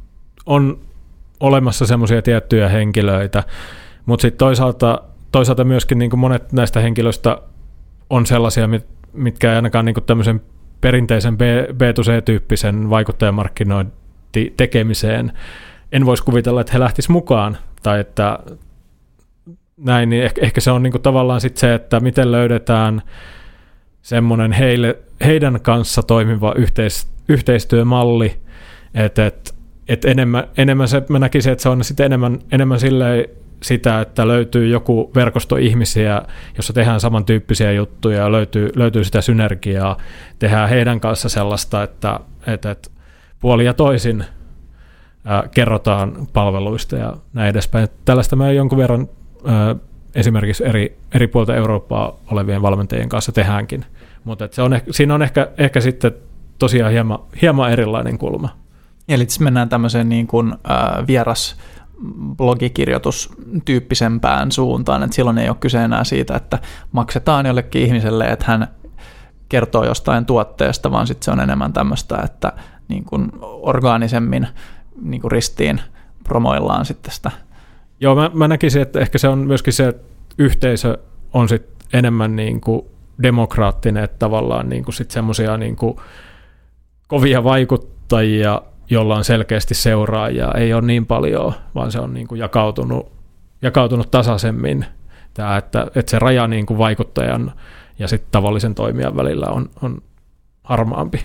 on olemassa semmoisia tiettyjä henkilöitä, mutta sitten toisaalta, toisaalta myöskin niin kuin monet näistä henkilöistä on sellaisia, mitkä ei ainakaan niin kuin tämmöisen perinteisen B to C-tyyppisen vaikuttajamarkkinointi tekemiseen en voisi kuvitella, että he lähtisivät mukaan, tai että näin, niin ehkä, ehkä se on niin kuin tavallaan sit se, että miten löydetään semmoinen heille, heidän kanssa toimiva yhteis, yhteistyömalli, että et, et enemmän, enemmän se, mä näkisin, että se on sitten enemmän, enemmän silleen sitä, että löytyy joku verkosto ihmisiä, jossa tehdään samantyyppisiä juttuja ja löytyy, löytyy sitä synergiaa, tehdään heidän kanssa sellaista, että, että, että puoli ja toisin ää, kerrotaan palveluista ja näin edespäin. Tällaista mä jonkun verran ää, esimerkiksi eri, eri puolta Eurooppaa olevien valmentajien kanssa tehdäänkin, mutta se on, siinä on ehkä, ehkä sitten tosiaan hieman, hieman erilainen kulma.
Eli mennään tämmöiseen niin kuin, äh, vieras blogikirjoitustyyppisempään suuntaan, että silloin ei ole kyse enää siitä, että maksetaan jollekin ihmiselle, että hän kertoo jostain tuotteesta, vaan sitten se on enemmän tämmöistä, että niin kuin orgaanisemmin niin kuin ristiin promoillaan sitten sitä.
Joo, mä, mä näkisin, että ehkä se on myöskin se, että yhteisö on sitten enemmän niin kuin demokraattinen, että tavallaan niin kuin sitten semmoisia niin kuin kovia vaikuttajia, jolla on selkeästi seuraajia, ei ole niin paljon, vaan se on niin kuin jakautunut, jakautunut tasaisemmin. Tämä, että, että se raja niin kuin vaikuttajan ja sitten tavallisen toimijan välillä on, on harmaampi.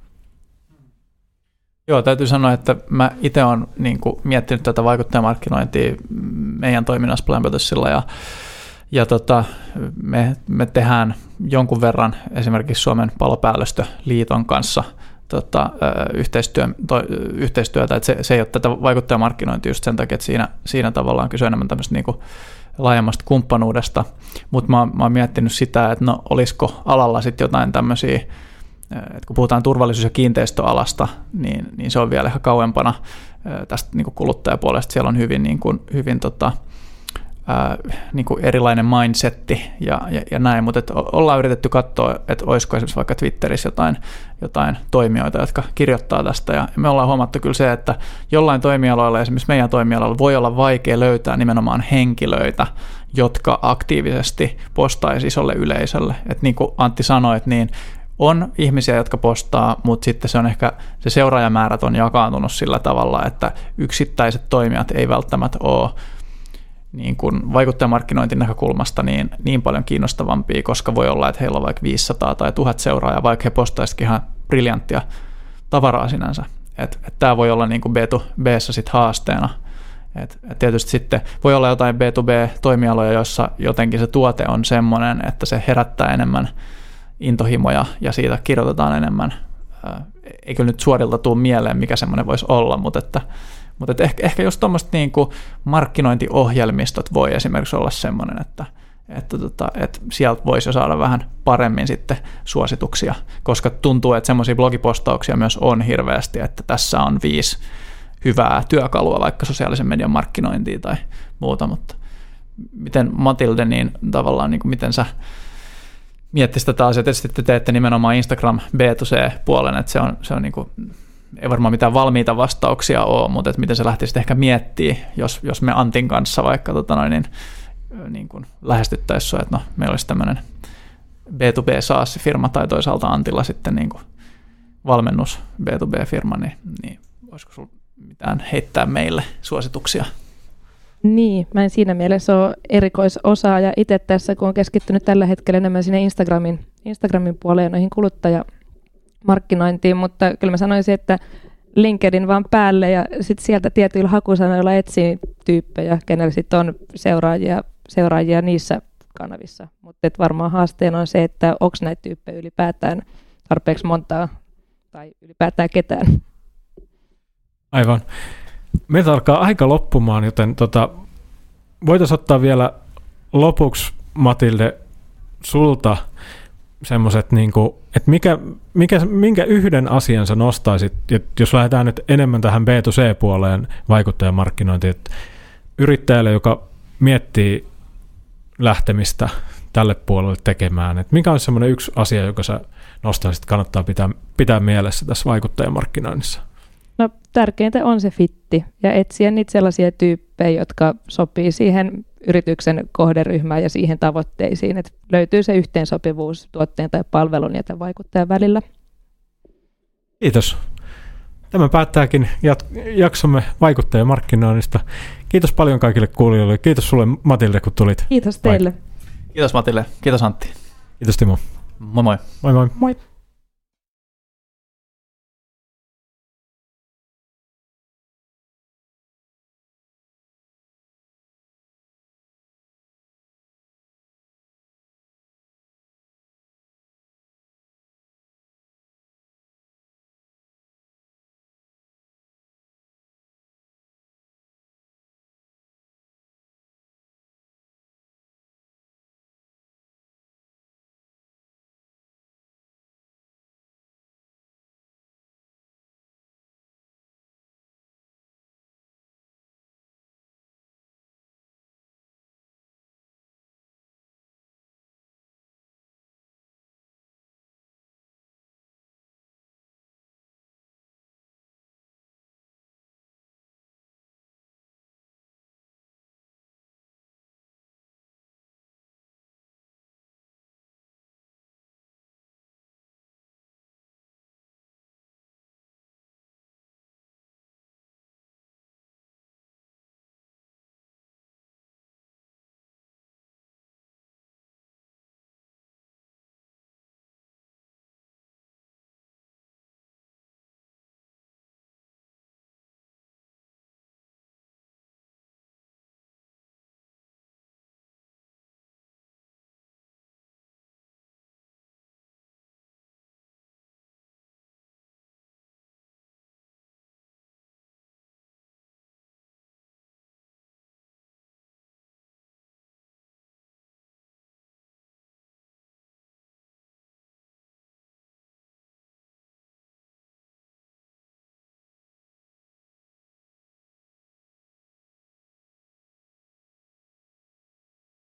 Joo, täytyy sanoa, että mä itse olen niin kuin miettinyt tätä vaikuttajamarkkinointia meidän toiminnassa Plan-Pötössillä ja, ja tota, me, me tehdään jonkun verran esimerkiksi Suomen Palopäällystöliiton kanssa Tota, yhteistyö, to, yhteistyötä, että se, se ei ole tätä vaikuttajamarkkinointia just sen takia, että siinä, siinä tavallaan kyse enemmän tämmöistä niinku laajemmasta kumppanuudesta, mutta mä, mä oon miettinyt sitä, että no olisiko alalla sitten jotain tämmöisiä, että kun puhutaan turvallisuus- ja kiinteistöalasta, niin, niin se on vielä ihan kauempana tästä niinku kuluttajapuolesta, siellä on hyvin, niinku, hyvin tota, Ää, niin kuin erilainen mindsetti ja, ja, ja näin, mutta et ollaan yritetty katsoa, että olisiko esimerkiksi vaikka Twitterissä jotain, jotain toimijoita, jotka kirjoittaa tästä, ja me ollaan huomattu kyllä se, että jollain toimialoilla, esimerkiksi meidän toimialalla, voi olla vaikea löytää nimenomaan henkilöitä, jotka aktiivisesti postaisi isolle yleisölle. Et niin kuin Antti sanoi, että niin on ihmisiä, jotka postaa, mutta sitten se on ehkä, se seuraajamäärät on jakaantunut sillä tavalla, että yksittäiset toimijat ei välttämättä ole niin kuin vaikuttajamarkkinointin näkökulmasta niin, niin paljon kiinnostavampia, koska voi olla, että heillä on vaikka viisisataa tai tuhat seuraajaa, vaikka he postaisikin ihan briljanttia tavaraa sinänsä. Et, et tämä voi olla niin kuin B to B:ssä sit haasteena. Et, et tietysti sitten voi olla jotain B to B-toimialoja, joissa jotenkin se tuote on semmoinen, että se herättää enemmän intohimoja ja siitä kirjoitetaan enemmän. Eikö nyt suorilta tule mieleen, mikä semmoinen voisi olla, mutta että Mutta ehkä, ehkä just tuommoiset niinku markkinointiohjelmistot voi esimerkiksi olla semmoinen, että, että, tota, että sieltä voisi jo saada vähän paremmin sitten suosituksia, koska tuntuu, että semmoisia blogipostauksia myös on hirveästi, että tässä on viisi hyvää työkalua vaikka sosiaalisen median markkinointiin tai muuta, mutta miten Matilde, niin tavallaan niin kuin miten sä miettisit tätä asiaa, tietysti te teette nimenomaan Instagram B to C-puolen, että se on, se on niin kuin ei varmaan mitään valmiita vastauksia ole, mutta että miten se lähtisi ehkä miettimään, jos, jos me Antin kanssa vaikka tota noin, niin, niin kuin lähestyttäisiin, että no, meillä olisi tämmöinen B to B SaaS-firma tai toisaalta Antilla sitten niin kuin valmennus B to B-firma, niin, niin voisiko sinulla mitään heittää meille suosituksia?
Niin, mä en siinä mielessä ole erikoisosaaja itse tässä, kun on keskittynyt tällä hetkellä enemmän sinne Instagramin, Instagramin puoleen noihin kuluttaja markkinointiin, mutta kyllä mä sanoisin, että LinkedIn vaan päälle ja sitten sieltä tietyillä hakusanoilla etsii tyyppejä, kenellä sitten on seuraajia, seuraajia niissä kanavissa. Mutta varmaan haasteena on se, että onko näitä tyyppejä ylipäätään tarpeeksi montaa tai ylipäätään ketään.
Aivan. Meiltä alkaa aika loppumaan, joten tota, voitaisiin ottaa vielä lopuksi, Matilde, sulta semmoiset, niinku, että mikä, mikä, minkä yhden asian sä nostaisit, jos lähdetään nyt enemmän tähän B to C-puoleen vaikuttajamarkkinointiin, että yrittäjälle, joka miettii lähtemistä tälle puolelle tekemään, että mikä on semmoinen yksi asia, joka sä nostaisit, kannattaa pitää, pitää mielessä tässä vaikuttajamarkkinoinnissa?
No tärkeintä on se fitti ja etsiä niitä sellaisia tyyppejä, jotka sopii siihen yrityksen kohderyhmään ja siihen tavoitteisiin, että löytyy se yhteensopivuus tuotteen tai palvelun ja tämän vaikuttajan välillä.
Kiitos. Tämä päättääkin jaksomme vaikuttajamarkkinoinnista. Kiitos paljon kaikille kuulijoille. Kiitos sulle Matilde, kun tulit.
Kiitos teille.
Kiitos Matilde. Kiitos Antti.
Kiitos Timo.
Moi moi.
Moi moi.
Moi.